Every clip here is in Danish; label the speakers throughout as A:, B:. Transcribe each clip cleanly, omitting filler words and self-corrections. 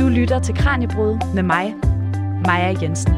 A: Du lytter til Kraniebrud med mig, Maja Jensen.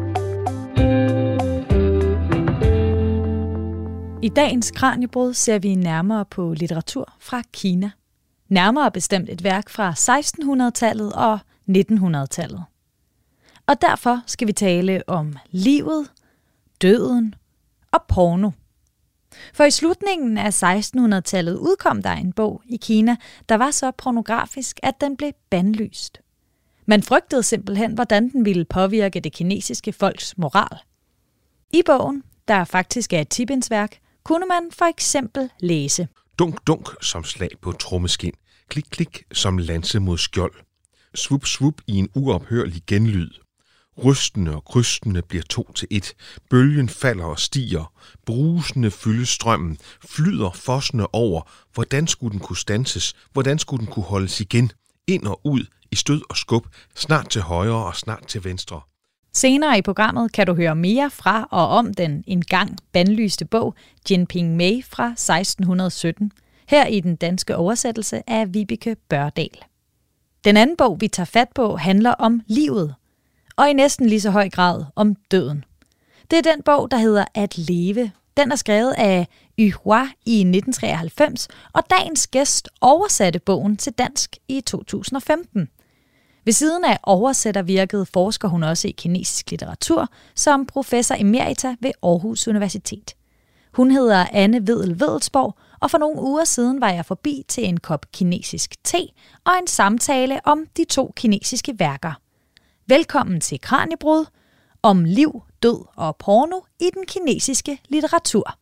A: I dagens Kraniebrud ser vi nærmere på litteratur fra Kina. Nærmere bestemt et værk fra 1600-tallet og 1900-tallet. Og derfor skal vi tale om livet, døden og porno. For i slutningen af 1600-tallet udkom der en bog i Kina, der var så pornografisk, at den blev bandlyst. Man frygtede simpelthen, hvordan den ville påvirke det kinesiske folks moral. I bogen, der faktisk er et tipindsværk, kunne man for eksempel læse:
B: Dunk, dunk som slag på trommeskin. Klik, klik som lanse mod skjold. Svup, svup i en uophørlig genlyd. Rystende og krystende bliver 2 til 1. Bølgen falder og stiger. Brusende fyldes strømmen. Flyder fossende over. Hvordan skulle den kunne standses? Hvordan skulle den kunne holdes igen? Ind og ud, i stød og skub. Snart til højre og snart til venstre.
A: Senere i programmet kan du høre mere fra og om den engang bandlyste bog Jinping Mei fra 1617. Her i den danske oversættelse af Vibeke Børdal. Den anden bog, vi tager fat på, handler om livet. Og i næsten lige så høj grad om døden. Det er den bog, der hedder At leve. Den er skrevet af Yu Hua i 1993, og dagens gæst oversatte bogen til dansk i 2015. Ved siden af oversættervirket forsker hun også i kinesisk litteratur som professor emerita ved Aarhus Universitet. Hun hedder Anne Vedel Vedelsborg, og for nogle uger siden var jeg forbi til en kop kinesisk te og en samtale om de 2 kinesiske værker. Velkommen til Kraniebrud om liv, død og porno i den kinesiske litteratur.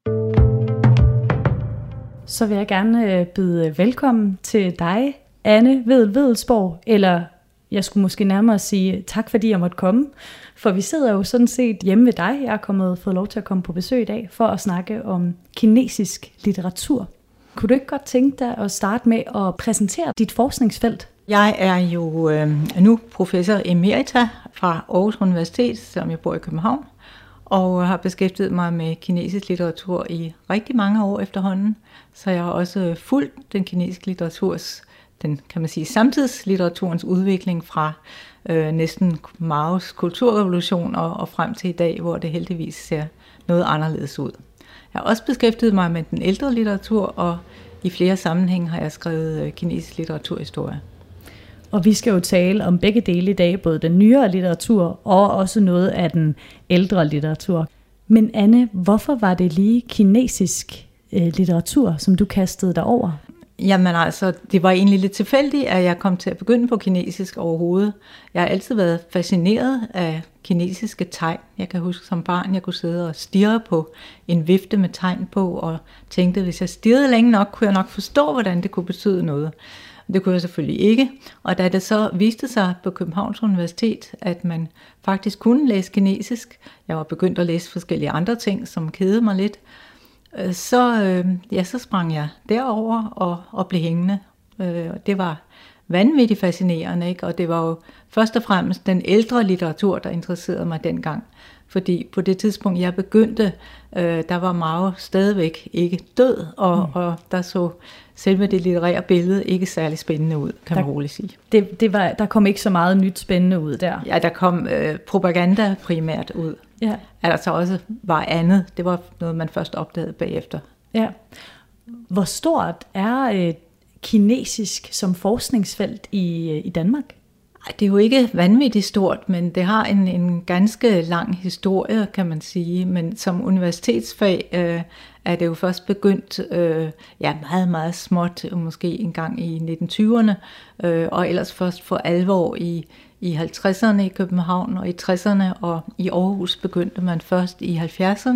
A: Så vil jeg gerne byde velkommen til dig, Anne Vedel Vedelsborg, eller jeg skulle måske nærmere sige tak, fordi jeg måtte komme. For vi sidder jo sådan set hjemme ved dig. Jeg har fået lov til at komme på besøg i dag for at snakke om kinesisk litteratur. Kunne du ikke godt tænke dig at starte med at præsentere dit forskningsfelt?
C: Jeg er jo nu professor emerita fra Aarhus Universitet, som jeg bor i København, og har beskæftiget mig med kinesisk litteratur i rigtig mange år efterhånden. Så jeg har også fulgt den kinesiske litteraturs, den kan man sige samtidslitteraturens udvikling fra næsten Maos kulturrevolution og frem til i dag, hvor det heldigvis ser noget anderledes ud. Jeg har også beskæftiget mig med den ældre litteratur, og i flere sammenhænge har jeg skrevet kinesisk litteraturhistorie.
A: Og vi skal jo tale om begge dele i dag, både den nyere litteratur og også noget af den ældre litteratur. Men Anne, hvorfor var det lige kinesisk litteratur, som du kastede dig over?
C: Jamen altså, det var egentlig lidt tilfældigt, at jeg kom til at begynde på kinesisk overhovedet. Jeg har altid været fascineret af kinesiske tegn. Jeg kan huske som barn, jeg kunne sidde og stirre på en vifte med tegn på, og tænkte, at hvis jeg stirrede længe nok, kunne jeg nok forstå, hvordan det kunne betyde noget. Det kunne jeg selvfølgelig ikke. Og da det så viste sig på Københavns Universitet, at man faktisk kunne læse kinesisk, jeg var begyndt at læse forskellige andre ting, som kedede mig lidt, så sprang jeg derover og blev hængende. Det var vanvittigt fascinerende, ikke? Og det var jo først og fremmest den ældre litteratur, der interesserede mig dengang. Fordi på det tidspunkt, jeg begyndte, der var Mao stadigvæk ikke død, og der så selve det litterære billede ikke særlig spændende ud, kan man roligt sige.
A: Der kom ikke så meget nyt spændende ud der?
C: Ja, der kom propaganda primært ud. Ja. At der så også var andet. Det var noget, man først opdagede bagefter.
A: Ja. Hvor stort er kinesisk som forskningsfelt i Danmark?
C: Det er jo ikke vanvittigt stort, men det har en ganske lang historie, kan man sige. Men som universitetsfag er det jo først begyndt meget, meget småt, måske en gang i 1920'erne, og ellers først for alvor i 50'erne i København og i 60'erne, og i Aarhus begyndte man først i 70'erne.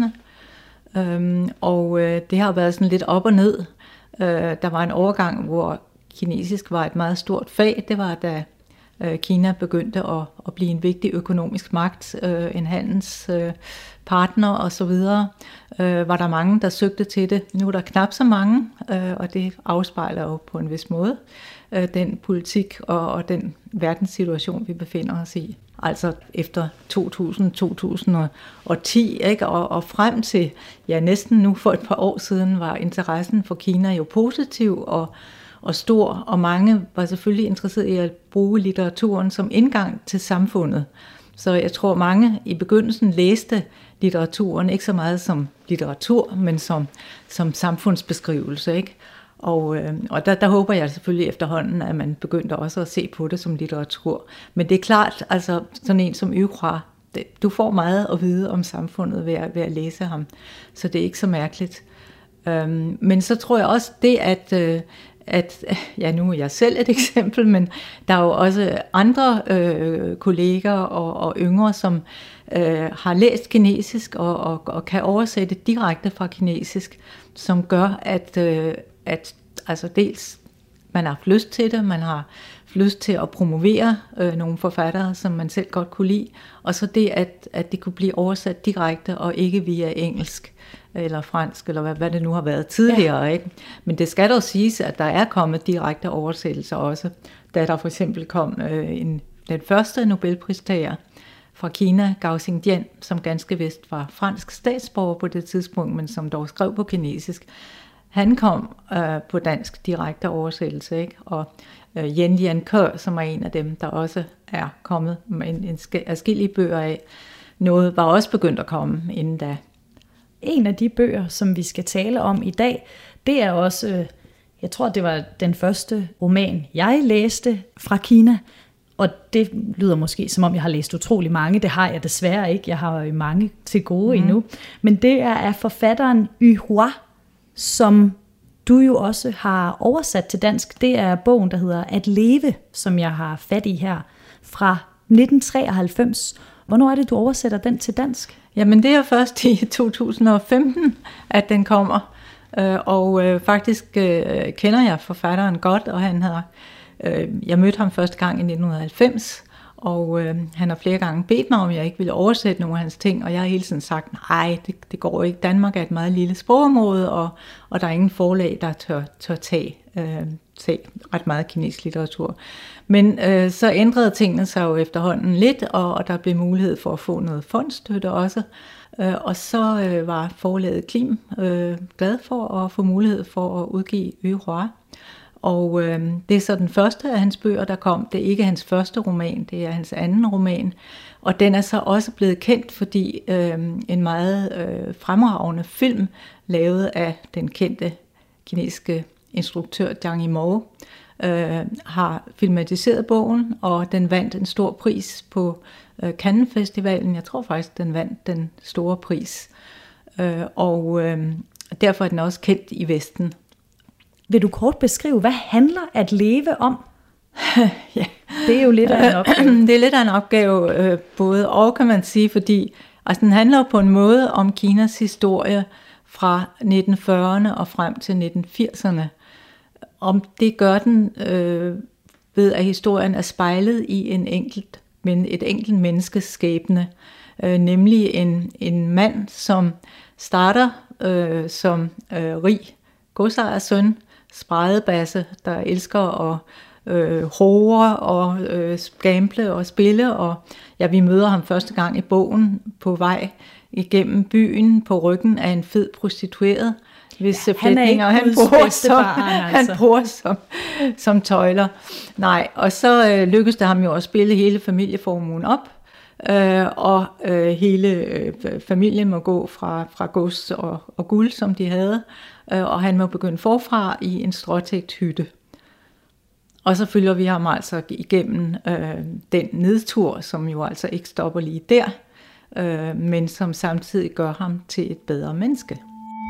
C: Det har været sådan lidt op og ned. Der var en overgang, hvor kinesisk var et meget stort fag. Det var da Kina begyndte at blive en vigtig økonomisk magt, en handelspartner osv., var der mange, der søgte til det. Nu er der knap så mange, og det afspejler jo på en vis måde den politik og den verdenssituation, vi befinder os i. Altså efter 2000-2010, ikke? Og frem til næsten nu for et par år siden, var interessen for Kina jo positiv og stor, og mange var selvfølgelig interesseret i at bruge litteraturen som indgang til samfundet. Så jeg tror, mange i begyndelsen læste litteraturen ikke så meget som litteratur, men som samfundsbeskrivelse, ikke? Og der håber jeg selvfølgelig efterhånden, at man begyndte også at se på det som litteratur. Men det er klart, altså sådan en som Hugo, du får meget at vide om samfundet ved at læse ham, så det er ikke så mærkeligt. Men så tror jeg også det, at ja, nu er jeg selv et eksempel, men der er jo også andre kolleger og yngre, som har læst kinesisk og kan oversætte direkte fra kinesisk, som gør, at altså dels man har haft lyst til det, man har lyst til at promovere nogle forfattere, som man selv godt kunne lide, og så det, at det kunne blive oversat direkte og ikke via engelsk eller fransk, eller hvad det nu har været tidligere. Ja. Ikke? Men det skal dog siges, at der er kommet direkte oversættelser også, da der for eksempel kom den første Nobelpristager fra Kina, Gao Xingdian, som ganske vist var fransk statsborger på det tidspunkt, men som dog skrev på kinesisk. Han kom på dansk direkte oversættelse, ikke? Og Yen Lian Ke, som er en af dem, der også er kommet med en adskillige bøger af, noget var også begyndt at komme inden da.
A: En af de bøger, som vi skal tale om i dag, det er også, jeg tror det var den første roman, jeg læste fra Kina, og det lyder måske som om jeg har læst utrolig mange, det har jeg desværre ikke, jeg har mange til gode endnu, men det er af forfatteren Yu Hua, som du jo også har oversat til dansk. Det er bogen, der hedder At leve, som jeg har fat i her, fra 1993. Hvornår er det, du oversætter den til dansk?
C: Jamen det er først i 2015, at den kommer. Og faktisk kender jeg forfatteren godt, og jeg mødte ham første gang i 1990, og han har flere gange bedt mig, om jeg ikke ville oversætte nogle af hans ting, og jeg har hele tiden sagt, nej, det går ikke. Danmark er et meget lille sprogområde, og der er ingen forlag, der tør tage ret meget kinesisk litteratur. Men så ændrede tingene sig jo efterhånden lidt, og der blev mulighed for at få noget fondstøtte også. Og så var forlaget Klim glad for at få mulighed for at udgive Yu Hua. Og det er så den første af hans bøger, der kom. Det er ikke hans første roman, det er hans anden roman. Og den er så også blevet kendt, fordi en meget fremragende film, lavet af den kendte kinesiske instruktør Zhang Yimou, har filmatiseret bogen, og den vandt en stor pris på Cannes Festivalen. Jeg tror faktisk, den vandt den store pris. Og derfor er den også kendt i Vesten.
A: Vil du kort beskrive, hvad handler At leve om?
C: Ja.
A: Det er jo lidt af en opgave.
C: Det er lidt af en opgave, både og kan man sige, fordi altså, den handler på en måde om Kinas historie fra 1940'erne og frem til 1980'erne. Om det gør den ved, at historien er spejlet i et enkelt menneskes skæbne, nemlig en mand, som starter som rig godsejersøn, spredebasse, der elsker at hore og gamble og spille, og ja, vi møder ham første gang i bogen på vej igennem byen på ryggen af en fed prostitueret, hvis flætninger han bruger som tøjler. Nej, og så lykkes det ham jo at spille hele familieformuen op, og hele familien må gå fra gods og guld, som de havde, og han må begynde forfra i en stråtægt hytte. Og så følger vi ham altså igennem den nedtur, som jo altså ikke stopper lige der, men som samtidig gør ham til et bedre menneske.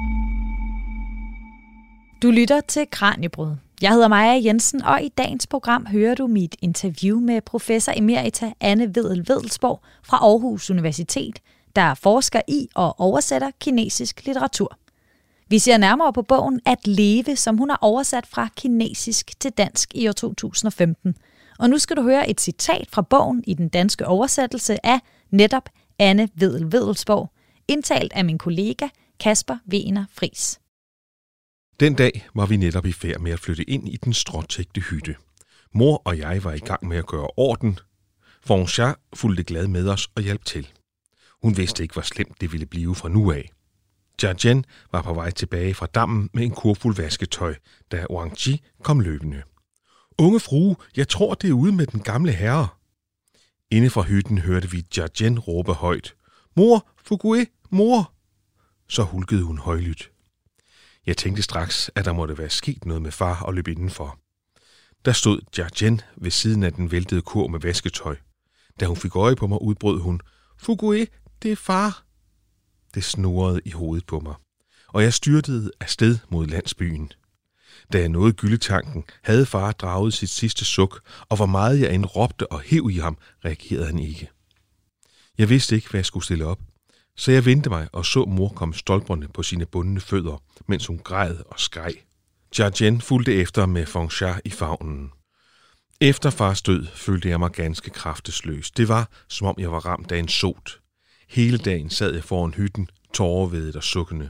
A: Du lytter til Kraniebrud. Jeg hedder Maja Jensen, og i dagens program hører du mit interview med professor emerita Anne Vedel-Vedelsborg fra Aarhus Universitet, der forsker i og oversætter kinesisk litteratur. Vi ser nærmere på bogen At leve, som hun har oversat fra kinesisk til dansk i år 2015. Og nu skal du høre et citat fra bogen i den danske oversættelse af netop Anne Vedel-Vedelsborg, indtalt af min kollega Kasper Wegener Friis.
B: Den dag var vi netop i færd med at flytte ind i den stråtægte hytte. Mor og jeg var i gang med at gøre orden. Foncha fulgte glad med os og hjalp til. Hun vidste ikke, hvor slemt det ville blive fra nu af. Jiajian var på vej tilbage fra dammen med en kurvfuld vasketøj, da Wang Ji kom løbende. Unge frue, jeg tror, det er ude med den gamle herre. Inde fra hytten hørte vi Jiajin råbe højt. Mor, Fugue, mor! Så hulkede hun højlydt. Jeg tænkte straks, at der måtte være sket noget med far og løb indenfor. Der stod Jiajin ved siden af den væltede kurv med vasketøj. Da hun fik øje på mig, udbrød hun. Fugue, det er far! Det snurrede i hovedet på mig, og jeg styrtede afsted mod landsbyen. Da jeg nåede gyldetanken, havde far draget sit sidste suk, og hvor meget jeg end råbte og hev i ham, reagerede han ikke. Jeg vidste ikke, hvad jeg skulle stille op, så jeg vendte mig og så mor komme stolperne på sine bundne fødder, mens hun græd og skreg. Jiajin fulgte efter med Fengsha i favnen. Efter fars død følte jeg mig ganske kraftesløs. Det var, som om jeg var ramt af en sot. Hele dagen sad jeg foran hytten, tårevædet og sukkende.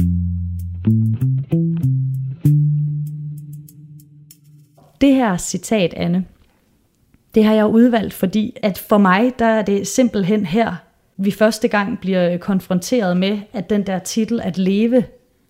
A: Det her citat, Anne, det har jeg udvalgt, fordi at for mig, der er det simpelthen her, vi første gang bliver konfronteret med, at den der titel, at leve,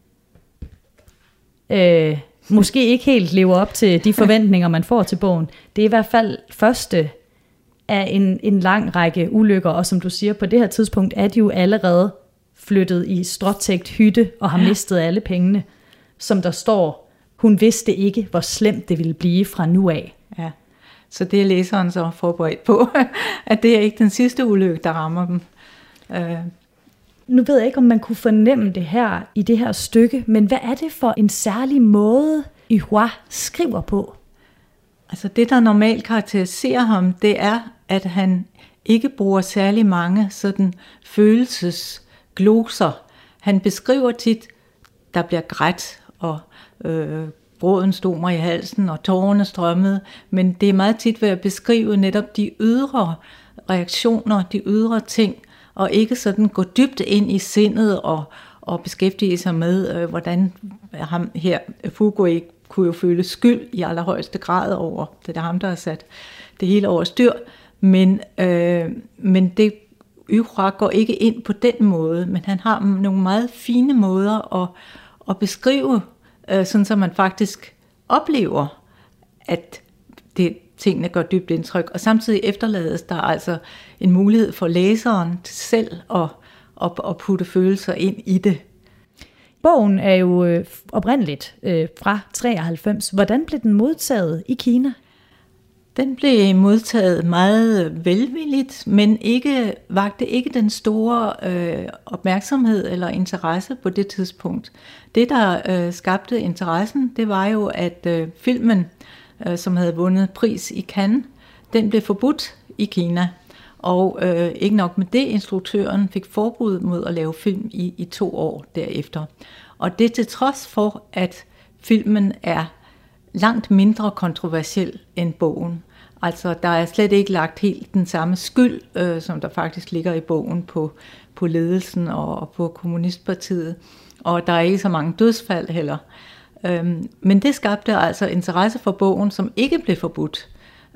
A: måske ikke helt lever op til de forventninger, man får til bogen. Det er i hvert fald første af en lang række ulykker, og som du siger, på det her tidspunkt er de jo allerede flyttet i stråtægt hytte og har mistet alle pengene, som der står, hun vidste ikke, hvor slemt det ville blive fra nu af.
C: Ja, så det er læseren så forberedt på, at det er ikke den sidste ulykke, der rammer dem.
A: Nu ved jeg ikke, om man kunne fornemme det her i det her stykke, men hvad er det for en særlig måde, Yuhua skriver på?
C: Altså det, der normalt karakteriserer ham, det er, at han ikke bruger særlig mange sådan følelsesgloser. Han beskriver tit, der bliver grædt, og gråden stod mig i halsen, og tårerne strømmede, men det er meget tit ved at beskrive netop de ydre reaktioner, de ydre ting, og ikke sådan gå dybt ind i sindet og beskæftige sig med, hvordan ham her, Fugue, kunne jo føle skyld i allerhøjeste grad over, det er ham, der har sat det hele over styr, men det Yuhua går ikke ind på den måde, men han har nogle meget fine måder at beskrive, sådan så man faktisk oplever, at tingene gør dybt indtryk, og samtidig efterlades der altså en mulighed for læseren til selv at putte følelser ind i det.
A: Bogen er jo oprindeligt fra 93. Hvordan blev den modtaget i Kina?
C: Den blev modtaget meget velvilligt, men vakte ikke den store opmærksomhed eller interesse på det tidspunkt. Det, der skabte interessen, det var jo, at filmen, som havde vundet pris i Cannes, den blev forbudt i Kina. Og ikke nok med det, instruktøren fik forbud mod at lave film i 2 år derefter. Og det til trods for, at filmen er langt mindre kontroversiel end bogen. Altså, der er slet ikke lagt helt den samme skyld, som der faktisk ligger i bogen på ledelsen og på Kommunistpartiet. Og der er ikke så mange dødsfald heller. Men det skabte altså interesse for bogen, som ikke blev forbudt.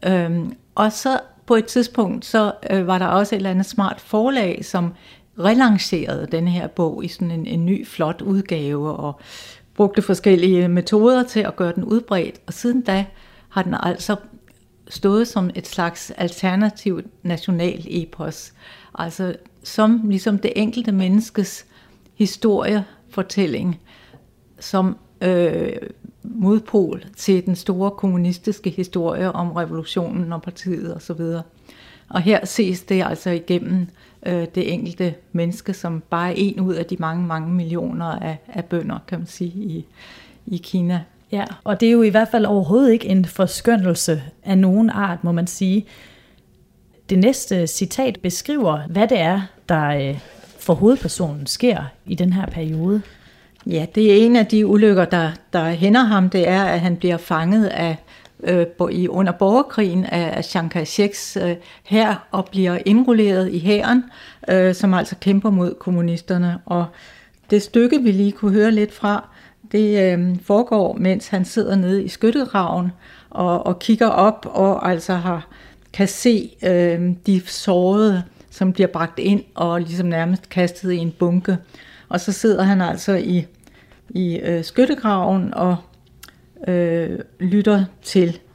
C: Og så på et tidspunkt, så var der også et eller andet smart forlag, som relancerede den her bog i sådan en ny, flot udgave, og brugte forskellige metoder til at gøre den udbredt. Og siden da har den altså stået som et slags alternativt national-epos. Altså som ligesom det enkelte menneskes historiefortælling, som modpol til den store kommunistiske historie om revolutionen og partiet osv. Og her ses det altså igennem det enkelte menneske, som bare er en ud af de mange, mange millioner af bønder, kan man sige, i Kina.
A: Ja, og det er jo i hvert fald overhovedet ikke en forskønnelse af nogen art, må man sige. Det næste citat beskriver, hvad det er, der for hovedpersonen sker i den her periode.
C: Ja, det er en af de ulykker, der hænder ham. Det er, at han bliver fanget af under borgerkrigen af Chiang Kai-sheks hær og bliver indrulleret i hæren, som altså kæmper mod kommunisterne. Og det stykke, vi lige kunne høre lidt fra, det foregår, mens han sidder nede i skyttegraven og kigger op og altså kan se de sårede, som bliver bragt ind og ligesom nærmest kastet i en bunke. Og så sidder han altså i skyttegraven og lytter til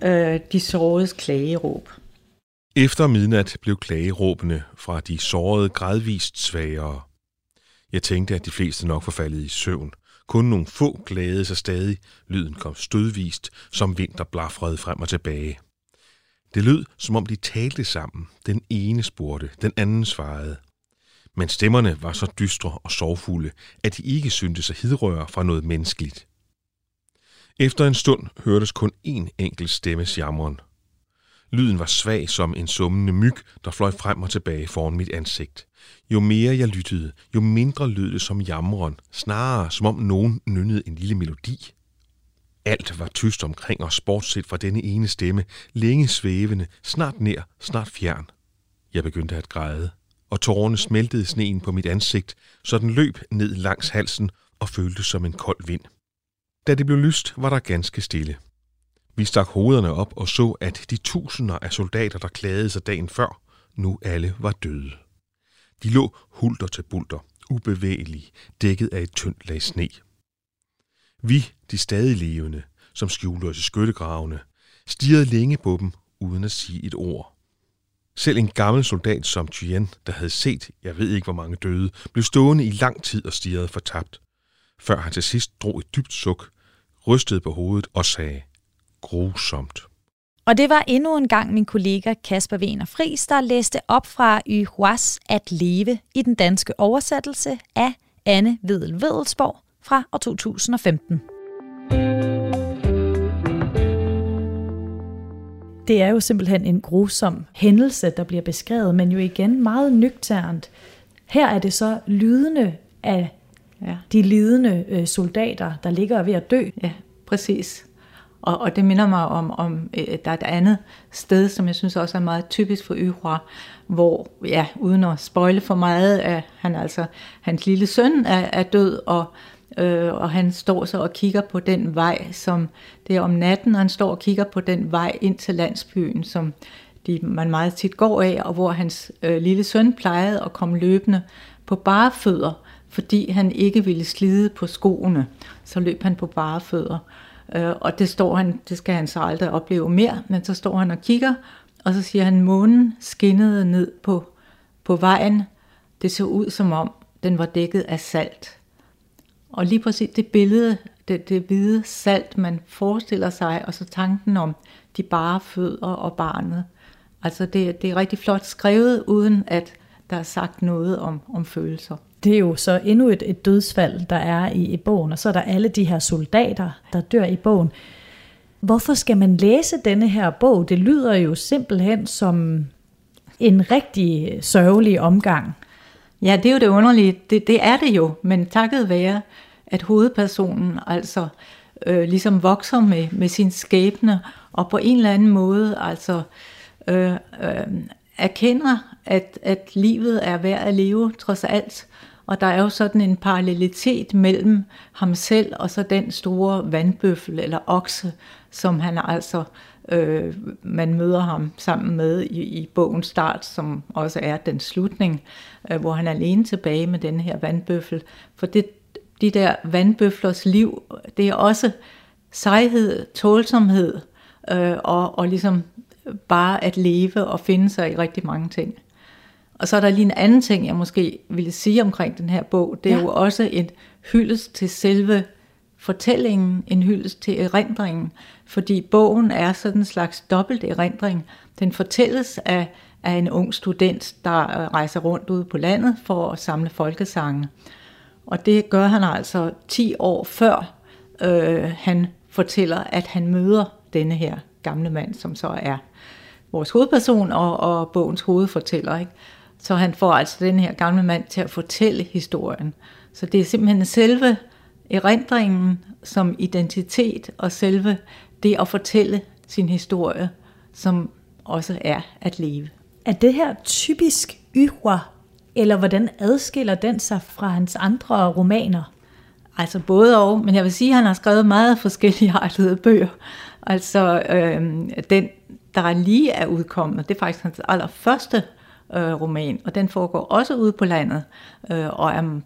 C: de såredes klageråb.
B: Efter midnat blev klageråbene fra de sårede gradvist svagere. Jeg tænkte, at de fleste nok var faldet i søvn. Kun nogle få klagede sig stadig. Lyden kom stødvist, som vind, der blafrede frem og tilbage. Det lød, som om de talte sammen. Den ene spurgte, den anden svarede. Men stemmerne var så dystre og sorgfulde, at de ikke syntes at hidrøre fra noget menneskeligt. Efter en stund hørtes kun én enkelt stemmes jammeren. Lyden var svag som en summende myg, der fløj frem og tilbage foran mit ansigt. Jo mere jeg lyttede, jo mindre lød det som jammeren, snarere som om nogen nynnede en lille melodi. Alt var tyst omkring os, bortset fra denne ene stemme, længe svævende, snart nær, snart fjern. Jeg begyndte at græde, og tårerne smeltede sneen på mit ansigt, så den løb ned langs halsen og føltes som en kold vind. Da det blev lyst, var der ganske stille. Vi stak hovederne op og så, at de tusinder af soldater, der klagede sig dagen før, nu alle var døde. De lå hulter til bulter, ubevægelige, dækket af et tyndt lag sne. Vi, de stadig levende, som skjulte os i skyttegravene, stirrede længe på dem, uden at sige et ord. Selv en gammel soldat som Thuyen, der havde set, jeg ved ikke hvor mange døde, blev stående i lang tid og stirrede fortabt, før han til sidst drog et dybt suk, rystede på hovedet og sagde, grusomt.
A: Og det var endnu en gang min kollega Kasper Wiener Friis, der læste op fra Yu Huas At leve i den danske oversættelse af Anne Vedel-Vedelsborg fra år 2015. Det er jo simpelthen en grusom hændelse, der bliver beskrevet, men jo igen meget nøgternt. Her er det så lydende af de lidende soldater, der ligger ved at dø.
C: Ja, præcis. Og det minder mig om der er et andet sted, som jeg synes også er meget typisk for Yu Hua, hvor, ja, uden at spoile for meget, at hans lille søn er død, og han står så og kigger på den vej, som det er om natten, og han står og kigger på den vej ind til landsbyen, som man meget tit går af, og hvor hans lille søn plejede at komme løbende på bare fødder, fordi han ikke ville slide på skoene, så løb han på bare fødder. Og det skal han så aldrig opleve mere, men så står han og kigger, og så siger han, månen skinnede ned på vejen. Det så ud som om, den var dækket af salt. Og lige præcis det billede, det hvide salt, man forestiller sig, og så tanken om de bare fødder og barnet. Altså det er rigtig flot skrevet, uden at der er sagt noget om følelser.
A: Det er jo så endnu et dødsfald, der er i bogen, og så er der alle de her soldater, der dør i bogen. Hvorfor skal man læse denne her bog? Det lyder jo simpelthen som en rigtig sørgelig omgang.
C: Ja, det er jo det underlige. Det er det jo, men takket være, at hovedpersonen altså ligesom vokser med sin skæbne, og på en eller anden måde altså erkender, at livet er værd at leve trods alt. Og der er jo sådan en parallelitet mellem ham selv og så den store vandbøffel eller okse, som han altså, man møder ham sammen med i bogens start, som også er den slutning, hvor han er alene tilbage med den her vandbøffel. For de der vandbøflers liv, det er også sejhed, tålsomhed og ligesom bare at leve og finde sig i rigtig mange ting. Og så er der lige en anden ting, jeg måske ville sige omkring den her bog. Det er jo også en hyldest til selve fortællingen, en hyldest til erindringen. Fordi bogen er sådan en slags dobbelt erindring. Den fortælles af en ung student, der rejser rundt ude på landet for at samle folkesange. Og det gør han altså 10 år før han fortæller, at han møder denne her gamle mand, som så er vores hovedperson og bogens hovedfortæller, ikke? Så han får altså den her gamle mand til at fortælle historien. Så det er simpelthen selve erindringen som identitet, og selve det at fortælle sin historie, som også er at leve.
A: Er det her typisk Yu Hua, eller hvordan adskiller den sig fra hans andre romaner?
C: Altså både og, men jeg vil sige, at han har skrevet meget forskellige artede bøger. Altså den, der lige er udkommet, det er faktisk hans allerførste roman, og den foregår også ude på landet, og er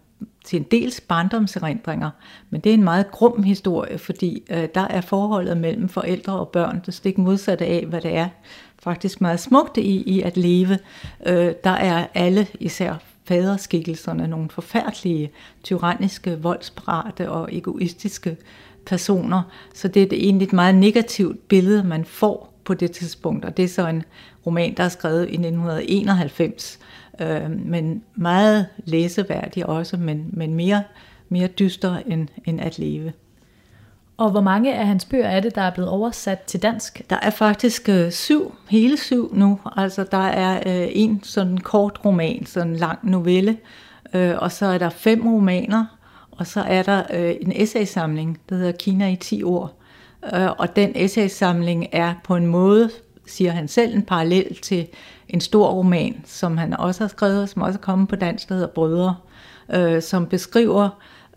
C: til en dels barndomserindringer, men det er en meget grum historie, fordi der er forholdet mellem forældre og børn, det stik modsatte af, hvad det er faktisk meget smukt i at leve. Der er alle, især faderskikkelserne, nogle forfærdelige, tyranniske, voldsparate og egoistiske personer, så det er egentlig et meget negativt billede, man får på det tidspunkt, og det er så en roman, der er skrevet i 1991, men meget læseværdig også, men mere dyster end at leve.
A: Og hvor mange af hans bøger er det, der er blevet oversat til dansk?
C: Der er faktisk 7 nu. Altså der er en sådan kort roman, sådan en lang novelle, og så er der 5 romaner, og så er der en essaysamling, der hedder Kina i 10 år. Og den essaysamling er på en måde, siger han selv, en parallel til en stor roman, som han også har skrevet, som også er kommet på dansk, der hedder Brødre, som beskriver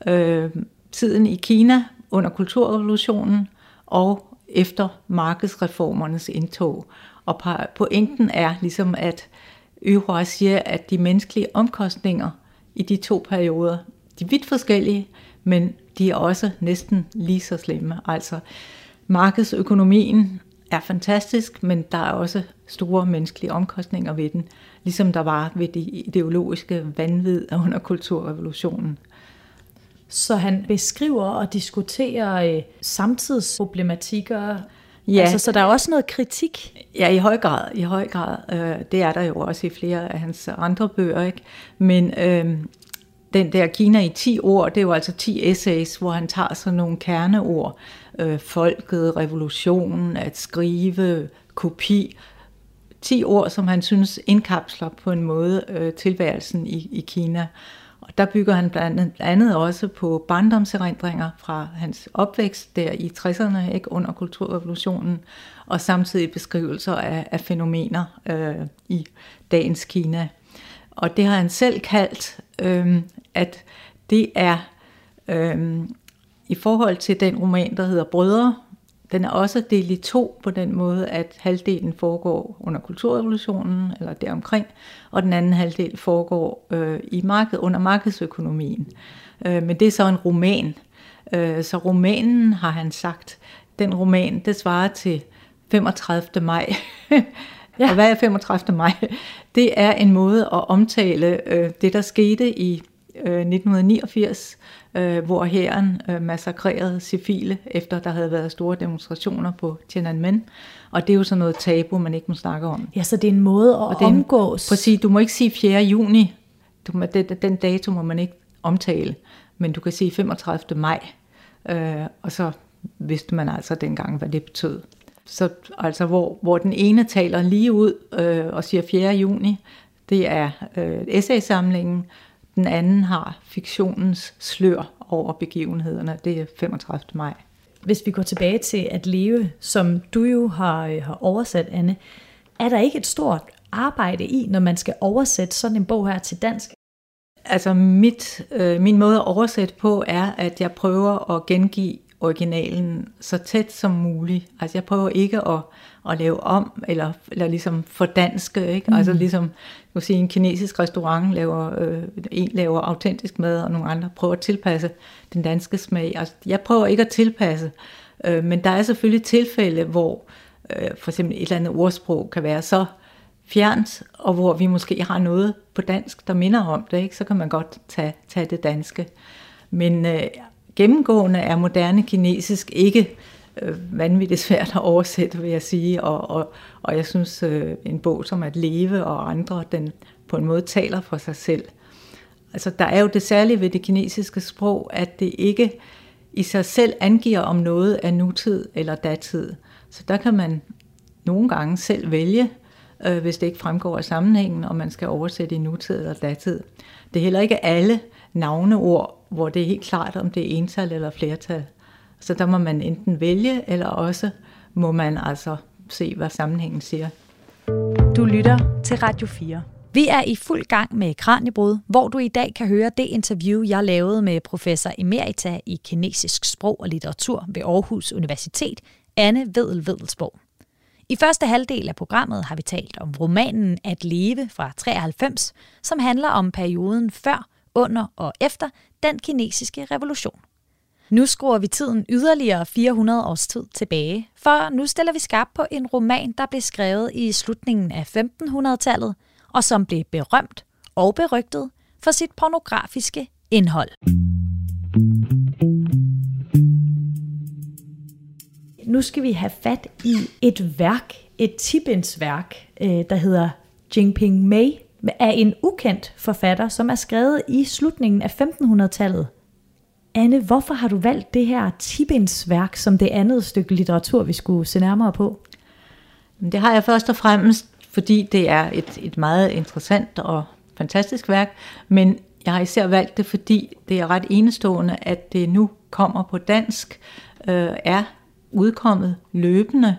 C: tiden i Kina under kulturrevolutionen og efter markedsreformernes indtog. Og pointen er ligesom, at Yu-Hua siger, at de menneskelige omkostninger i de 2 perioder, de er vidt forskellige, men de er også næsten lige så slemme. Altså markedsøkonomien er fantastisk, men der er også store menneskelige omkostninger ved den, ligesom der var ved de ideologiske vanvid under kulturrevolutionen.
A: Så han beskriver og diskuterer samtidsproblematikker.
C: Ja.
A: Altså, så der er også noget kritik.
C: Ja, i høj grad. Det er der jo også i flere af hans andre bøger, ikke? Men den der Kina i 10 år, det er jo altså 10 essays, hvor han tager sådan nogle kerneord. Folket, revolutionen, at skrive, kopi. 10 ord, som han synes indkapsler på en måde tilværelsen i Kina. Og der bygger han blandt andet også på barndomserindringer fra hans opvækst der i 60'erne, ikke, under kulturrevolutionen, og samtidig beskrivelser af fænomener i dagens Kina. Og det har han selv kaldt, at det er i forhold til den roman, der hedder Brødre. Den er også delt i 2 på den måde, at halvdelen foregår under kulturrevolutionen, eller deromkring, og den anden halvdel foregår under markedsøkonomien. Men det er så en roman. Så romanen, har han sagt, den roman, det svarer til 35. maj. Ja. Og hvad er 35. maj? Det er en måde at omtale det, der skete i 1989, hvor hæren massakrerede civile, efter der havde været store demonstrationer på Tiananmen. Og det er jo sådan noget tabu, man ikke må snakke om.
A: Ja, så det er en måde at omgås.
C: Præcis, du må ikke sige 4. juni. Den dato må man ikke omtale, men du kan sige 35. maj. Og så vidste man altså dengang, hvad det betød. Så altså, hvor den ene taler lige ud og siger 4. juni, det er essaysamlingen. Den anden har fiktionens slør over begivenhederne. Det er 35. maj.
A: Hvis vi går tilbage til at leve, som du jo har oversat, Anne, er der ikke et stort arbejde i, når man skal oversætte sådan en bog her til dansk?
C: Altså min måde at oversætte på er, at jeg prøver at gengive originalen så tæt som muligt. Altså jeg prøver ikke at lave om, eller ligesom fordanske, ikke? Altså ligesom, jeg sige, en kinesisk restaurant laver autentisk mad, og nogle andre prøver at tilpasse den danske smag. Altså jeg prøver ikke at tilpasse, men der er selvfølgelig tilfælde, hvor for eksempel et eller andet ordsprog kan være så fjernt, og hvor vi måske har noget på dansk, der minder om det, ikke? Så kan man godt tage det danske. Men gennemgående er moderne kinesisk ikke vanvittigt svært at oversætte, vil jeg sige, og jeg synes, en bog som At leve og andre, den på en måde taler for sig selv. Altså, der er jo det særlige ved det kinesiske sprog, at det ikke i sig selv angiver, om noget er nutid eller datid. Så der kan man nogle gange selv vælge, hvis det ikke fremgår af sammenhængen, om man skal oversætte i nutid eller datid. Det er heller ikke alle navneord, hvor det er helt klart, om det er ental eller flertal. Så der må man enten vælge, eller også må man altså se, hvad sammenhængen siger.
A: Du lytter til Radio 4. Vi er i fuld gang med Kraniebrud, hvor du i dag kan høre det interview, jeg lavede med professor emerita i kinesisk sprog og litteratur ved Aarhus Universitet, Anne Wedel-Wedelsborg. I første halvdel af programmet har vi talt om romanen At leve fra 93, som handler om perioden før, under og efter den kinesiske revolution. Nu skruer vi tiden yderligere 400 års tid tilbage, for nu stiller vi skarpt på en roman, der blev skrevet i slutningen af 1500-tallet, og som blev berømt og berygtet for sit pornografiske indhold. Nu skal vi have fat i et værk, et tibindsværk, der hedder Jinping Mei, af en ukendt forfatter, som er skrevet i slutningen af 1500-tallet. Anne, hvorfor har du valgt det her tibindsværk som det andet stykke litteratur, vi skulle se nærmere på?
C: Det har jeg først og fremmest, fordi det er et meget interessant og fantastisk værk, men jeg har især valgt det, fordi det er ret enestående, at det nu kommer på dansk, er udkommet løbende.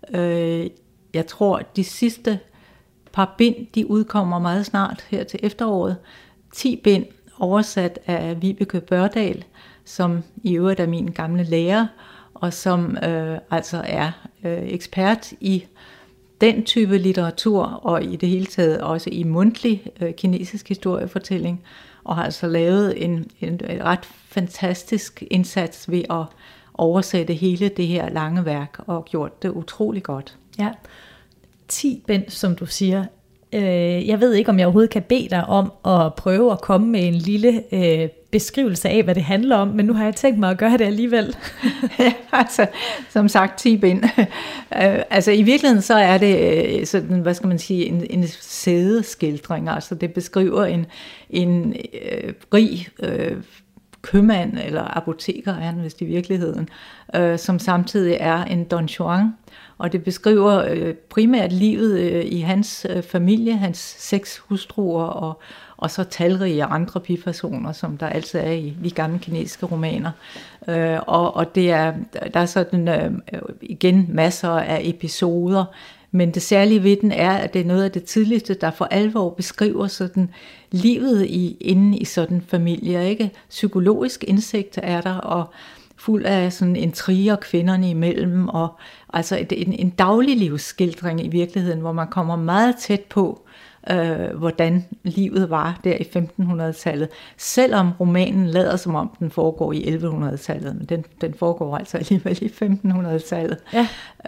C: Jeg tror, de sidste par bind, de udkommer meget snart her til efteråret. 10 bind oversat af Vibeke Børdal, som i øvrigt er min gamle lærer, og som altså er ekspert i den type litteratur, og i det hele taget også i mundtlig kinesisk historiefortælling, og har altså lavet en ret fantastisk indsats ved at oversætte hele det her lange værk, og gjort det utrolig godt.
A: Ja, 10 bind, som du siger. Jeg ved ikke, om jeg overhovedet kan bede dig om at prøve at komme med en lille beskrivelse af, hvad det handler om, men nu har jeg tænkt mig at gøre det alligevel.
C: Ja, altså, som sagt, 10 bind. Altså, i virkeligheden så er det sådan, hvad skal man sige, en sædeskildring. Altså, det beskriver en rig købmand, eller apoteker er han vist i virkeligheden, som samtidig er en Don Juan. Og det beskriver primært livet i hans familie, hans 6 hustruer og så talrige andre bipersoner, som der altid er i de gamle kinesiske romaner. Og der er sådan igen masser af episoder, men det særlige ved den er, at det er noget af det tidligste, der for alvor beskriver sådan livet inde i sådan en familie. Ikke? Psykologisk indsigt er der, og fuld af sådan intriger kvinderne imellem, og altså en dagliglivsskildring i virkeligheden, hvor man kommer meget tæt på, hvordan livet var der i 1500-tallet, selvom romanen lader som om den foregår i 1100-tallet, men den foregår altså alligevel i 1500-tallet. Ja.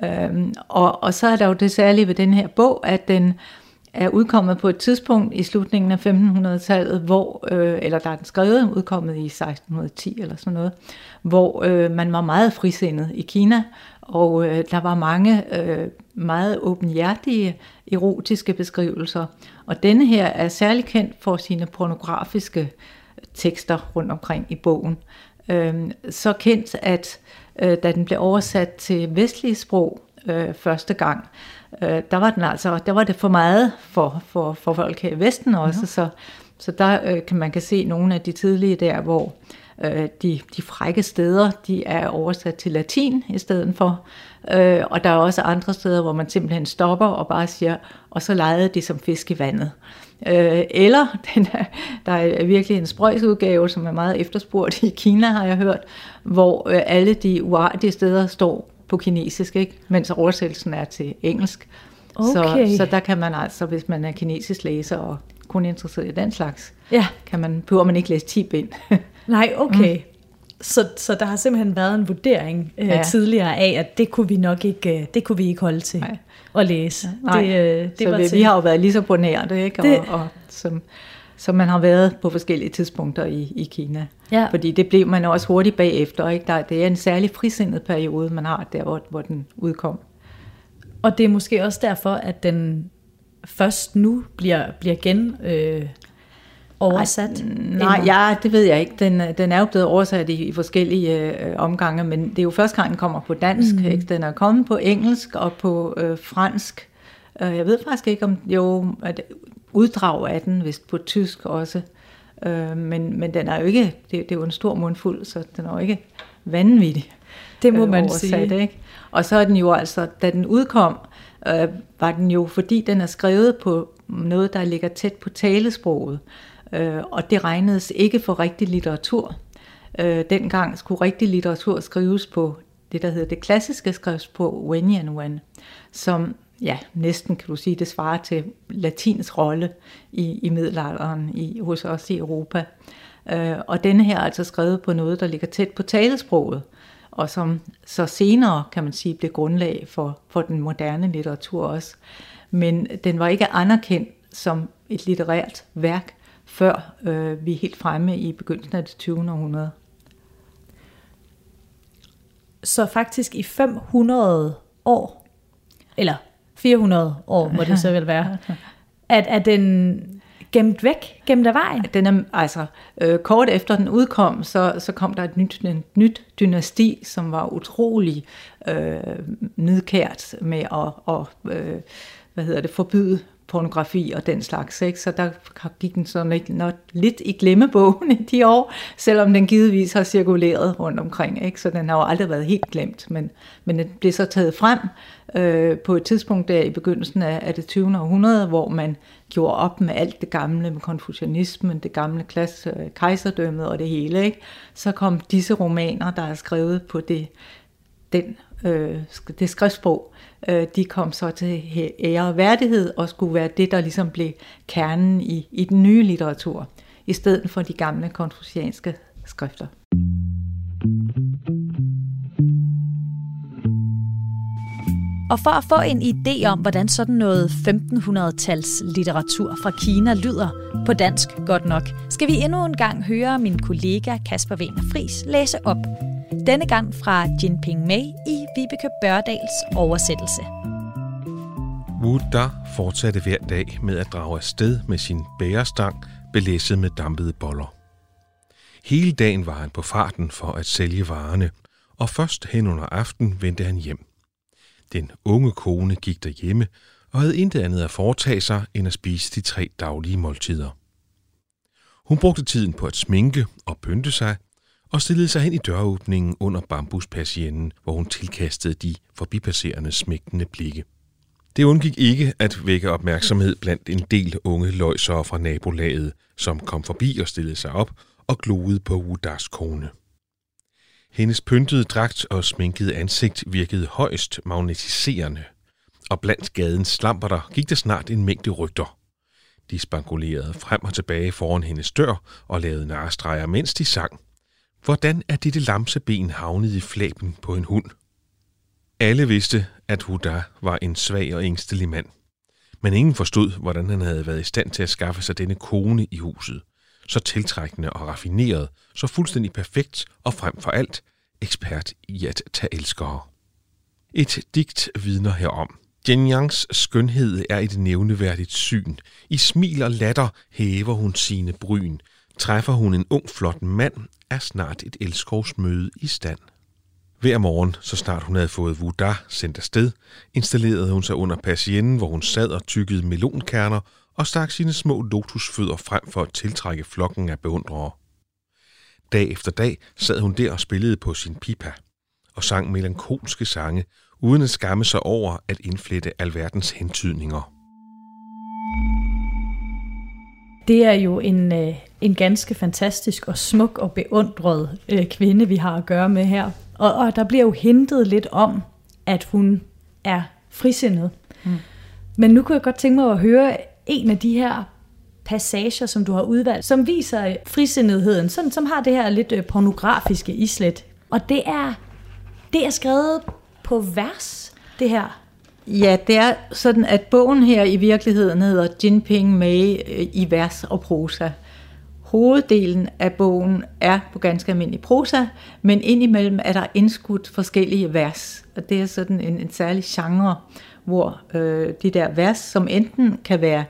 C: Og så er der jo det særlige ved den her bog, at den er udkommet på et tidspunkt i slutningen af 1500-tallet, hvor, eller der er den skrevet, udkommet i 1610 eller sådan noget, hvor man var meget frisindet i Kina, og der var mange meget åbenhjertige erotiske beskrivelser. Og denne her er særlig kendt for sine pornografiske tekster rundt omkring i bogen. Så kendt, at da den blev oversat til vestlige sprog første gang, der var det for meget for folk her i Vesten også, så der kan man se nogle af de tidlige der, hvor de frække steder, de er oversat til latin i stedet for, og der er også andre steder, hvor man simpelthen stopper og bare siger, og så legede de som fisk i vandet. Eller der er virkelig en spøjsudgave, som er meget efterspurgt i Kina, har jeg hørt, hvor alle de uartige steder står på kinesisk, ikke? Mens oversættelsen er til engelsk. Okay. Så der kan man altså, hvis man er kinesisk læser og kun interesseret i den slags, behøver man ikke læse 10 bind.
A: Nej, okay. Så der har simpelthen været en vurdering tidligere af, at det kunne vi nok ikke, det kunne vi ikke holde til at læse.
C: Nej. Vi har jo været lige så på nær det, ikke? Og som man har været på forskellige tidspunkter i Kina. Ja. Fordi det blev man også hurtigt bagefter, ikke? Det er en særlig frisindet periode, man har der, hvor den udkom.
A: Og det er måske også derfor, at den først nu bliver oversat?
C: Nej, det ved jeg ikke. Den er jo blevet oversat i forskellige omgange, men det er jo første gang, den kommer på dansk. Ikke? Den er kommet på engelsk og på fransk. Jeg ved faktisk ikke, om uddrag af den, vist på tysk også. Men den er jo ikke, det er jo en stor mundfuld, så den er jo ikke vanvittig.
A: Det må man sige.
C: Ikke? Og så er den jo altså, da den udkom, var den jo, fordi den er skrevet på noget, der ligger tæt på talesproget, og det regnedes ikke for rigtig litteratur. Dengang skulle rigtig litteratur skrives på det, der hedder det klassiske skriftsprog, Wenyan, som næsten kan du sige, det svarer til latins rolle i middelalderen hos os i Europa. Og denne her er altså skrevet på noget, der ligger tæt på talesproget, og som så senere, kan man sige, blev grundlag for den moderne litteratur også. Men den var ikke anerkendt som et litterært værk, før vi er helt fremme i begyndelsen af det 20. århundrede.
A: Så faktisk i 500 år, eller 400 år må det så vel være, er den gemt af vejen?
C: Den er, altså, kort efter den udkom, så kom der et nyt dynasti, som var utrolig nidkært med at forbyde pornografi og den slags, ikke? Så der gik den sådan lidt i glemmebogen i de år, selvom den givetvis har cirkuleret rundt omkring, ikke? Så den har jo aldrig været helt glemt, men den blev så taget frem på et tidspunkt der i begyndelsen af det 20. århundrede, hvor man gjorde op med alt det gamle, med konfucianismen, det gamle kejserdømmet og det hele, ikke? Så kom disse romaner, der er skrevet på det skriftsprog, de kom så til ære og værdighed og skulle være det, der ligesom blev kernen i den nye litteratur, i stedet for de gamle konfucianske skrifter.
A: Og for at få en idé om, hvordan sådan noget 1500-tals litteratur fra Kina lyder, på dansk godt nok, skal vi endnu en gang høre min kollega Kasper Wener Friis læse op. Denne gang fra Jinping Mei i Vibeke Børdahls oversættelse.
B: Wu Da fortsatte hver dag med at drage afsted med sin bærestang, belæsset med dampede boller. Hele dagen var han på farten for at sælge varerne, og først hen under aften vendte han hjem. Den unge kone gik derhjemme og havde intet andet at foretage sig end at spise de 3 daglige måltider. Hun brugte tiden på at sminke og pynte sig, og stillede sig hen i døråbningen under bambuspersianen, hvor hun tilkastede de forbipasserende smægtende blikke. Det undgik ikke at vække opmærksomhed blandt en del unge løjsere fra nabolaget, som kom forbi og stillede sig op og gloede på Wu Das kone. Hendes pyntede dragt og sminkede ansigt virkede højst magnetiserende, og blandt gadens slamperter gik der snart en mængde rygter. De spangulerede frem og tilbage foran hendes dør og lavede narrestreger, mens de sang. Hvordan er dette lamseben havnet i flæben på en hund? Alle vidste, at Wu Da var en svag og ængstelig mand. Men ingen forstod, hvordan han havde været i stand til at skaffe sig denne kone i huset. Så tiltrækkende og raffineret, så fuldstændig perfekt og frem for alt ekspert i at tage elskere. Et digt vidner herom. Jianyans skønhed er et nævneværdigt syn. I smil og latter hæver hun sine bryn. Træffer hun en ung, flot mand, er snart et elskovsmøde i stand. Hver morgen, så snart hun havde fået Wu Da sendt afsted, installerede hun sig under persianen, hvor hun sad og tykkede melonkerner og stak sine små lotusfødder frem for at tiltrække flokken af beundrere. Dag efter dag sad hun der og spillede på sin pipa og sang melankolske sange, uden at skamme sig over at indflette alverdens hentydninger.
A: Det er jo en ganske fantastisk og smuk og beundret kvinde, vi har at gøre med her. Og der bliver jo hintet lidt om, at hun er frisindet. Men nu kunne jeg godt tænke mig at høre en af de her passager, som du har udvalgt, som viser frisindetheden, sådan, som har det her lidt pornografiske islet. Og det er skrevet på vers, det her.
C: Ja, det er sådan, at bogen her i virkeligheden hedder Jinping Mei i vers og prosa. Hoveddelen af bogen er på ganske almindelig prosa, men indimellem er der indskudt forskellige vers. Og det er sådan en særlig genre, hvor de der vers, som enten kan være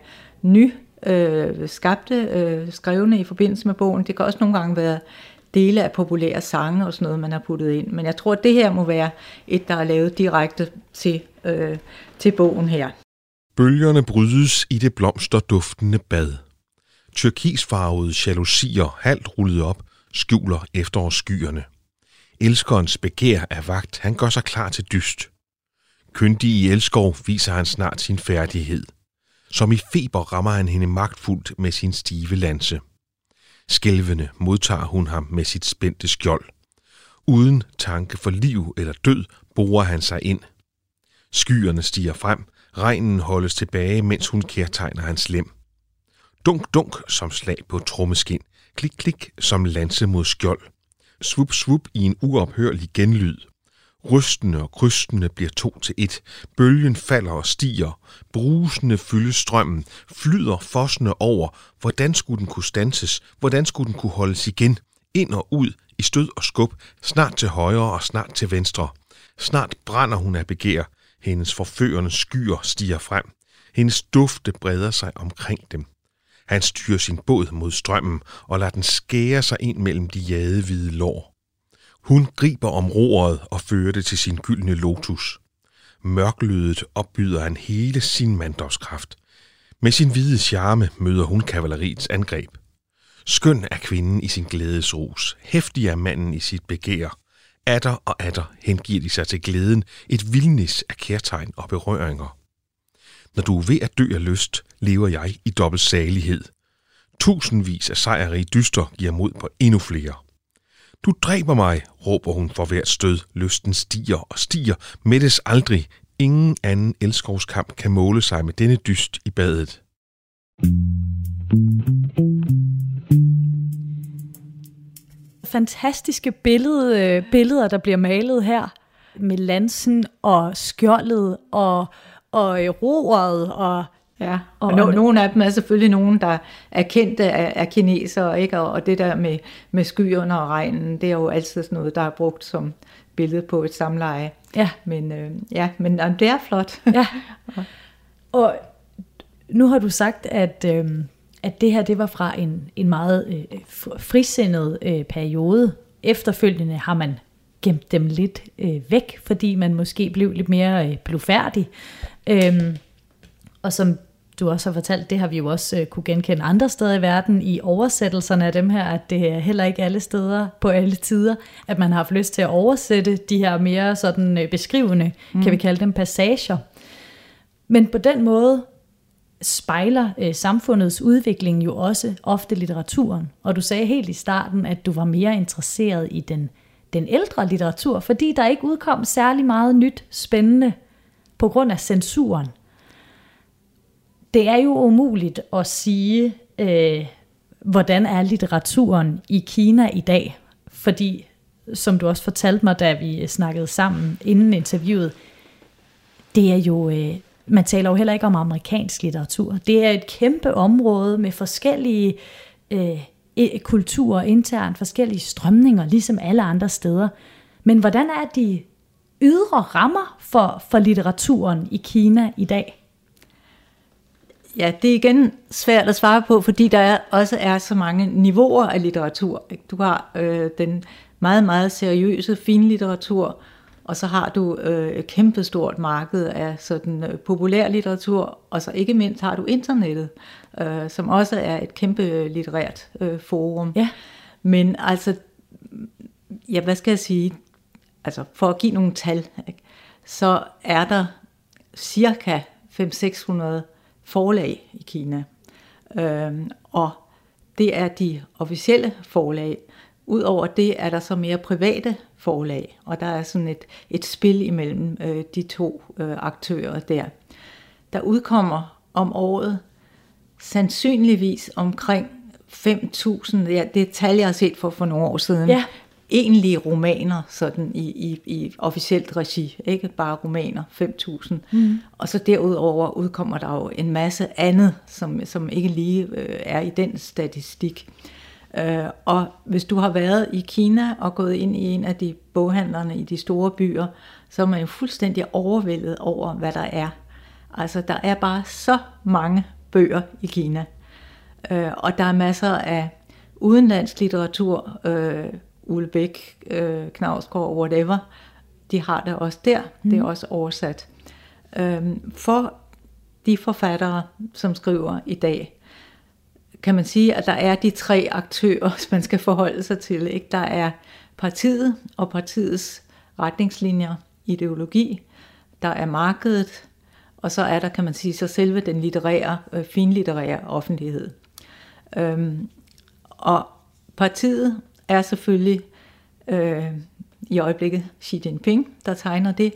C: skabte, skrevne i forbindelse med bogen, det kan også nogle gange være dele af populære sange og sådan noget, man har puttet ind. Men jeg tror, at det her må være et, der er lavet direkte til bogen her.
B: Bølgerne brydes i det blomsterduftende bad. Tyrkisfarvede jalousier, halvt rullet op, skjuler efterårsskyerne. Elskerens begær er vagt, han gør sig klar til dyst. Kyndig i elskov viser han snart sin færdighed. Som i feber rammer han hende magtfuldt med sin stive lanse. Skælvende modtager hun ham med sit spændte skjold. Uden tanke for liv eller død borer han sig ind. Skyerne stiger frem, Regnen holdes tilbage, mens hun kærtegner hans lem. Dunk, dunk som slag på trommeskin. Klik, klik som lanse mod skjold. Svup, svup i en uophørlig genlyd. Rystende og krystende bliver 2 til 1. Bølgen falder og stiger. Brusende fyldes strømmen. Flyder fossende over. Hvordan skulle den kunne standses? Hvordan skulle den kunne holdes igen? Ind og ud, i stød og skub. Snart til højre og snart til venstre. Snart brænder hun af begær. Hendes forførende skyer stiger frem. Hendes dufte breder sig omkring dem. Han styrer sin båd mod strømmen og lader den skære sig ind mellem de jadehvide lår. Hun griber om roret og fører det til sin gyldne lotus. Mørklødet opbyder han hele sin manddomskraft. Med sin hvide charme møder hun kavaleriets angreb. Skøn er kvinden i sin glædesrus. Heftig er manden i sit begær. Atter og atter hengiver de sig til glæden, et vildnis af kærtegn og berøringer. Når du er ved at dø af lyst, lever jeg i dobbelt salighed. Tusindvis af sejrige dyster giver mod på endnu flere. Du dræber mig, råber hun for hvert stød. Lysten stiger og stiger, mættes aldrig. Ingen anden elskovskamp kan måle sig med denne dyst i badet.
A: Fantastiske billeder, der bliver malet her, med lansen og skjoldet og roret.
C: Ja, og nogle af dem er selvfølgelig nogen, der er kendte af kinesere, ikke? Og det der med skyerne og regnen, det er jo altid sådan noget, der er brugt som billede på et samleje.
A: Ja.
C: Men det er flot.
A: Ja. Og nu har du sagt, at det her, det var fra en meget frisindet periode. Efterfølgende har man gemt dem lidt væk, fordi man måske blev lidt mere blufærdig. Og som du også har fortalt, det har vi jo også kunne genkende andre steder i verden i oversættelserne af dem her, at det er heller ikke alle steder på alle tider, at man har haft lyst til at oversætte de her mere sådan beskrivende, kan vi kalde dem, passager. Men på den måde spejler samfundets udvikling jo også ofte litteraturen. Og du sagde helt i starten, at du var mere interesseret i den ældre litteratur, fordi der ikke udkom særlig meget nyt spændende på grund af censuren. Det er jo umuligt at sige, hvordan er litteraturen i Kina i dag, fordi, som du også fortalte mig, da vi snakkede sammen inden interviewet, det er jo, man taler jo heller ikke om amerikansk litteratur. Det er et kæmpe område med forskellige kulturer internt, forskellige strømninger, ligesom alle andre steder. Men hvordan er de ydre rammer for litteraturen i Kina i dag?
C: Ja, det er igen svært at svare på, fordi der også er så mange niveauer af litteratur. Du har den meget, meget seriøse finlitteratur, og så har du et kæmpestort marked af sådan populær litteratur, og så ikke mindst har du internettet, som også er et kæmpe litterært forum.
A: Ja.
C: Men altså, ja, hvad skal jeg sige? Altså, for at give nogle tal, ikke? Så er der cirka 500-600 forlag i Kina. Og det er de officielle forlag. Udover det er der så mere private forlag, og der er sådan et spil imellem de to aktører der. Der udkommer om året sandsynligvis omkring 5.000, ja, det er et tal, jeg har set for nogle år siden,
A: ja.
C: Egentlige romaner sådan i officielt regi, ikke bare romaner, 5.000. Og så derudover udkommer der jo en masse andet, som ikke lige er i den statistik. Og hvis du har været i Kina og gået ind i en af de boghandlerne i de store byer, så er man jo fuldstændig overvældet over, hvad der er. Altså, der er bare så mange bøger i Kina. Og der er masser af udenlandsk litteratur, Ole Bech, Knausgård, whatever, de har det også der. Det er også oversat. For de forfattere, som skriver i dag, kan man sige, at der er de tre aktører, man skal forholde sig til. Ikke? Der er partiet og partiets retningslinjer, ideologi. Der er markedet, og så er der, kan man sige, så selve den litterære, finlitterære offentlighed. Og partiet er selvfølgelig i øjeblikket Xi Jinping, der tegner det,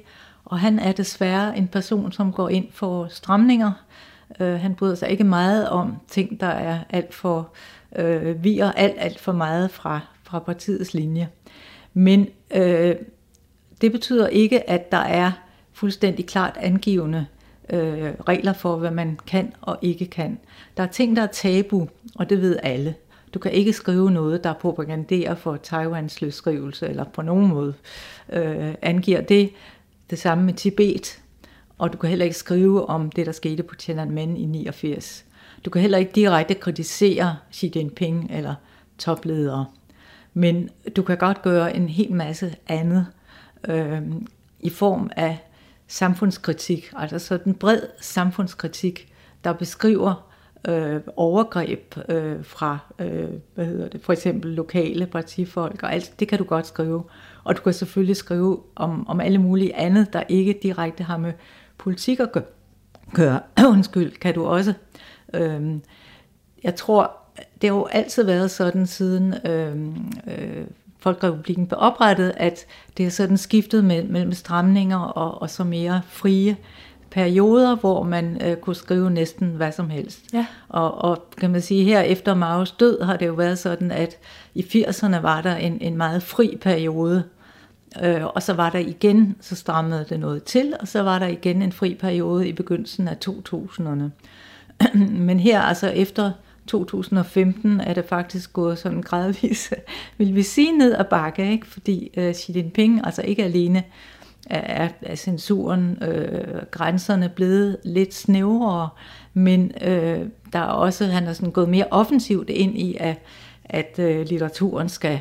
C: Og han er desværre en person, som går ind for stramninger. Han bryder sig ikke meget om ting, der er alt for viger alt for meget fra partiets linje. Men det betyder ikke, at der er fuldstændig klart angivende regler for, hvad man kan og ikke kan. Der er ting, der er tabu, og det ved alle. Du kan ikke skrive noget, der propaganderer for Taiwans løsrivelse, eller på nogen måde angiver det. Det samme med Tibet, og du kan heller ikke skrive om det, der skete på Tiananmen i 89. Du kan heller ikke direkte kritisere Xi Jinping eller topledere. Men du kan godt gøre en hel masse andet i form af samfundskritik, altså sådan en bred samfundskritik, der beskriver overgreb fra for eksempel lokale partifolk, og alt det kan du godt skrive. Og du kan selvfølgelig skrive om alle mulige andet, der ikke direkte har med politik at gøre. Undskyld, kan du også. Jeg tror, det har jo altid været sådan siden Folkerepublikken blev oprettet, at det er sådan skiftet mellem stramninger og så mere frie perioder, hvor man kunne skrive næsten hvad som helst. Ja. Og kan man sige, her efter Maos død har det jo været sådan, at i 80'erne var der en meget fri periode, og så var der igen, så strammede det noget til, og så var der igen en fri periode i begyndelsen af 2000'erne. Men her, altså efter 2015, er det faktisk gået sådan gradvist, vil vi sige, ned ad bakke, ikke? Fordi Xi Jinping, altså ikke alene er censuren, grænserne blevet lidt snævrere, men der er også, han er sådan gået mere offensivt ind i, at litteraturen skal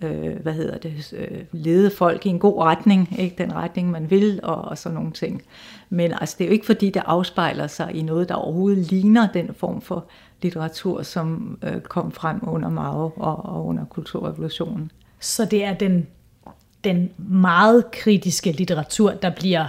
C: lede folk i en god retning, ikke den retning man vil, og sådan nogle ting. Men altså, det er jo ikke fordi, det afspejler sig i noget, der overhovedet ligner den form for litteratur, som kom frem under Mao og under kulturrevolutionen.
A: Så det er den meget kritiske litteratur, der bliver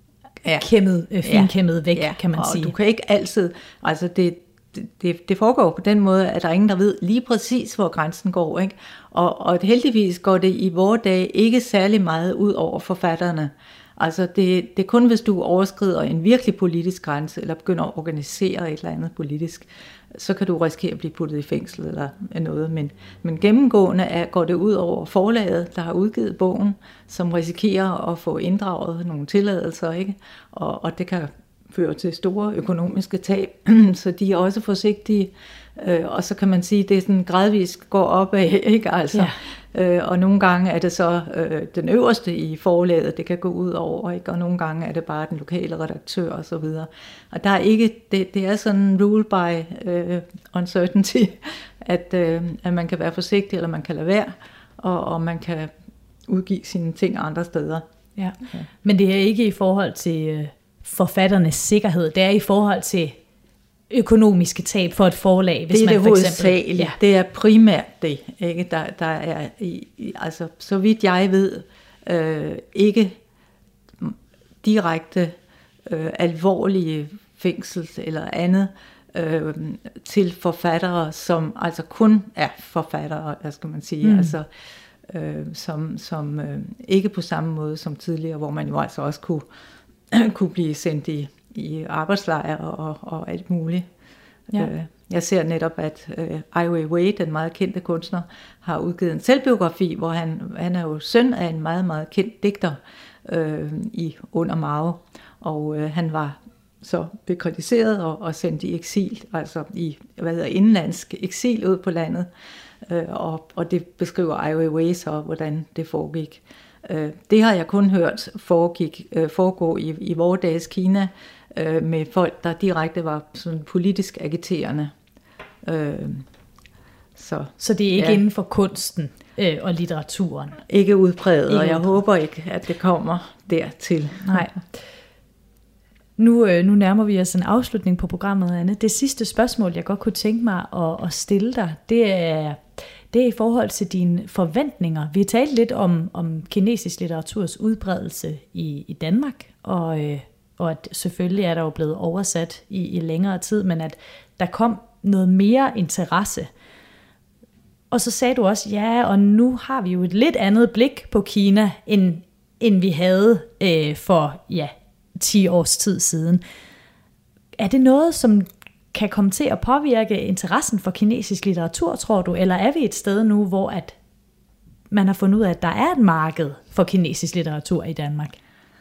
A: finkæmmet væk, kan man sige.
C: Og du kan ikke altid, altså det foregår på den måde, at der er ingen, der ved lige præcis, hvor grænsen går, ikke? Og heldigvis går det i vore dage ikke særlig meget ud over forfatterne. Altså det er kun, hvis du overskrider en virkelig politisk grænse, eller begynder at organisere et eller andet politisk, så kan du risikere at blive puttet i fængsel eller noget. Men gennemgående går det ud over forlaget, der har udgivet bogen, som risikerer at få inddraget nogle tilladelser, ikke? Og det kan føre til store økonomiske tab, så de er også forsigtige. Og så kan man sige, at det sådan gradvist går opad, ikke? Altså, og nogle gange er det så den øverste i forlaget, det kan gå ud over, ikke? Og nogle gange er det bare den lokale redaktør og så videre. Og der er ikke, det er sådan rule by uncertainty, at man kan være forsigtig, eller man kan lade være, og man kan udgive sine ting andre steder.
A: Ja. Men det er ikke i forhold til forfatternes sikkerhed, det er i forhold til økonomiske tab for et forlag, hvis
C: det er
A: man for eksempel...
C: Ja. Det er primært det, ikke? Der er altså så vidt jeg ved ikke direkte alvorlige fængsel eller andet til forfattere, som altså kun er forfattere, hvad skal man sige, altså som ikke på samme måde som tidligere, hvor man jo altså også kunne blive sendt i arbejdslejre og alt muligt. Ja. Jeg ser netop, at Ai Weiwei, den meget kendte kunstner, har udgivet en selvbiografi, hvor han er jo søn af en meget, meget kendt digter under Mao, og han var så blev kritiseret og sendt i eksil, altså i indenlandsk eksil ud på landet, og det beskriver Ai Weiwei så, hvordan det foregik. Det har jeg kun hørt foregå i vore dages Kina, med folk, der direkte var sådan politisk agiterende.
A: Så det er ikke inden for kunsten og litteraturen?
C: Ikke udpræget, og jeg håber ikke, at det kommer dertil.
A: Nej. Nu nærmer vi os en afslutning på programmet, Anne. Det sidste spørgsmål, jeg godt kunne tænke mig at stille dig, det er i forhold til dine forventninger. Vi har talt lidt om kinesisk litteraturs udbredelse i Danmark, og at selvfølgelig er der jo blevet oversat i længere tid, men at der kom noget mere interesse. Og så sagde du også, ja, og nu har vi jo et lidt andet blik på Kina, end end vi havde for 10 års tid siden. Er det noget, som kan komme til at påvirke interessen for kinesisk litteratur, tror du? Eller er vi et sted nu, hvor at man har fundet ud af, at der er et marked for kinesisk litteratur i Danmark?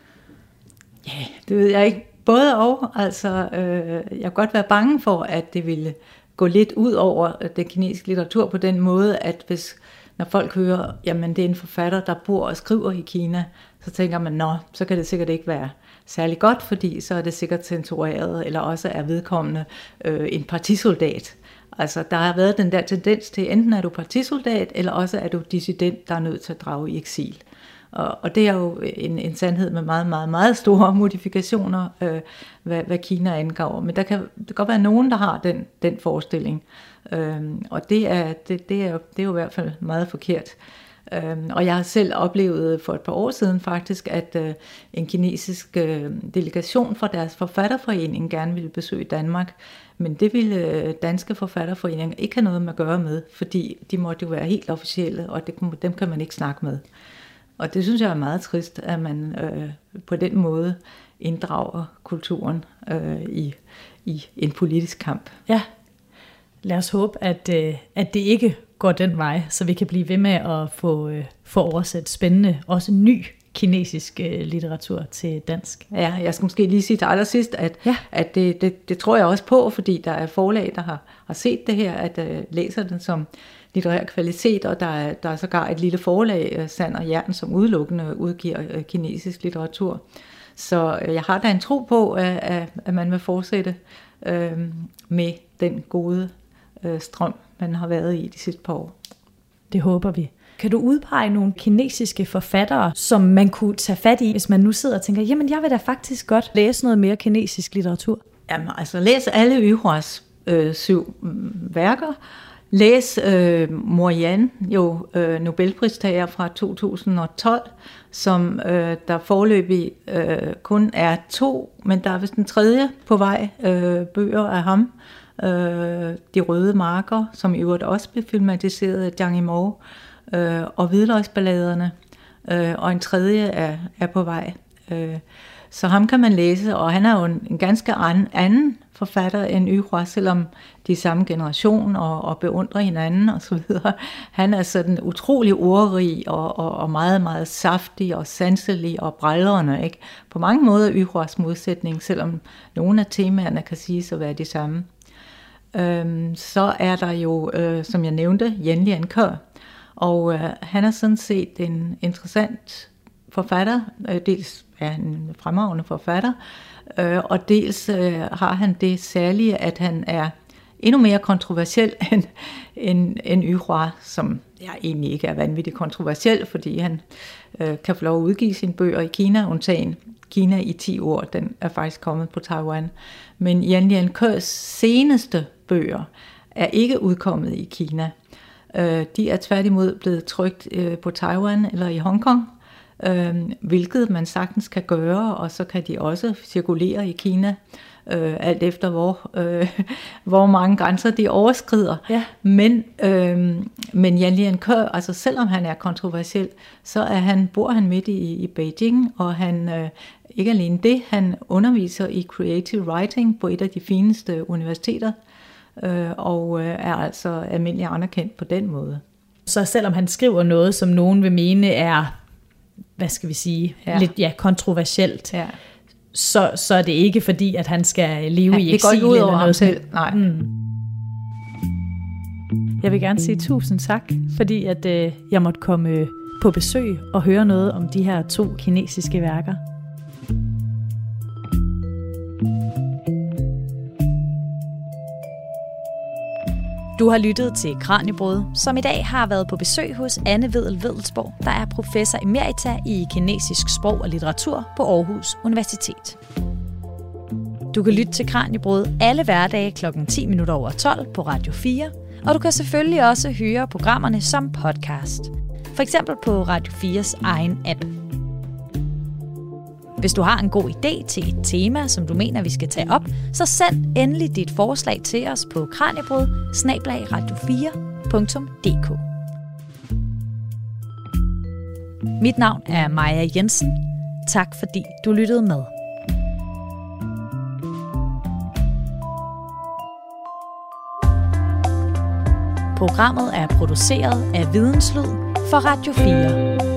C: Ja, det ved jeg ikke. Både og. Altså, jeg kan godt være bange for, at det ville gå lidt ud over den kinesiske litteratur på den måde, at når folk hører, jamen det er en forfatter, der bor og skriver i Kina, så tænker man, så kan det sikkert ikke være særlig godt, fordi så er det sikkert censureret, eller også er vedkommende en partisoldat. Altså, der har været den der tendens til, enten er du partisoldat, eller også er du dissident, der er nødt til at drage i eksil. Og det er jo en sandhed med meget, meget, meget store modifikationer, hvad Kina angår. Men der kan godt være nogen, der har den forestilling. Og det er jo i hvert fald meget forkert. Og jeg har selv oplevet for et par år siden faktisk, at en kinesisk delegation fra deres forfatterforening gerne ville besøge Danmark. Men det ville danske forfatterforeninger ikke have noget med at gøre med, fordi de måtte jo være helt officielle, og dem kan man ikke snakke med. Og det synes jeg er meget trist, at man på den måde inddrager kulturen i en politisk kamp.
A: Ja, lad os håbe, at det ikke går den vej, så vi kan blive ved med at få oversat spændende, også ny kinesisk litteratur til dansk.
C: Ja, jeg skal måske lige sige til allersidst, at det tror jeg også på, fordi der er forlag, der har set det her, at læser den som litterær kvalitet, og der er sågar et lille forlag, Sand og Jern, som udelukkende udgiver kinesisk litteratur. Så jeg har da en tro på, at man vil fortsætte med den gode strøm, man har været i de sidste par år.
A: Det håber vi. Kan du udpege nogle kinesiske forfattere, som man kunne tage fat i, hvis man nu sidder og tænker, jamen jeg vil da faktisk godt læse noget mere kinesisk litteratur?
C: Jamen altså læs alle Yuhuas 7 værker. Læs Morian, Nobelpristager fra 2012, som der foreløbig kun er 2, men der er vist en 3. på vej, bøger af ham. De røde marker, som i øvrigt også blev filmatiseret af Zhang Yimou, og Hvidløgsballaderne, og en 3. er på vej. Så ham kan man læse, og han er jo en ganske anden forfatter end Yuhua, selvom de er samme generation og beundrer hinanden og så videre. Han er sådan utrolig ordrig og meget, meget saftig og sanselig og brælrende, ikke? På mange måder Yuhuas modsætning, selvom nogle af temaerne kan siges at være de samme. Så er der jo, som jeg nævnte, Yen Liankør, og han er sådan set en interessant forfatter, dels er en fremragende forfatter, og dels har han det særlige, at han er endnu mere kontroversiel end Yuhua, som egentlig ikke er vanvittigt kontroversiel, fordi han kan få lov at udgive sine bøger i Kina, undtagen Kina i 10 år, den er faktisk kommet på Taiwan. Men Yen Liankørs seneste bøger er ikke udkommet i Kina. De er tværtimod blevet trykt på Taiwan eller i Hongkong, hvilket man sagtens kan gøre, og så kan de også cirkulere i Kina, alt efter hvor mange grænser de overskrider. Ja. Men Yen Liankør, altså selvom han er kontroversiel, så bor han midt i Beijing, og han ikke alene det, han underviser i creative writing på et af de fineste universiteter, og er altså almindelig anerkendt på den måde.
A: Så selvom han skriver noget, som nogen vil mene er, hvad skal vi sige, lidt kontroversielt, så er det ikke fordi, at han skal leve i eksil
C: eller noget ham selv. Nej.
A: Jeg vil gerne sige tusind tak, fordi at jeg måtte komme på besøg og høre noget om de her 2 kinesiske værker. Du har lyttet til Kraniebrud, som i dag har været på besøg hos Anne Vedel Vedelsborg, der er professor emerita i kinesisk sprog og litteratur på Aarhus Universitet. Du kan lytte til Kraniebrud alle hverdage kl. 10:12 på Radio 4, og du kan selvfølgelig også høre programmerne som podcast. For eksempel på Radio 4's egen app. Hvis du har en god idé til et tema, som du mener, vi skal tage op, så send endelig dit forslag til os på kraniebrud@radio4.dk. Mit navn er Maja Jensen. Tak fordi du lyttede med. Programmet er produceret af Videnslyd for Radio 4.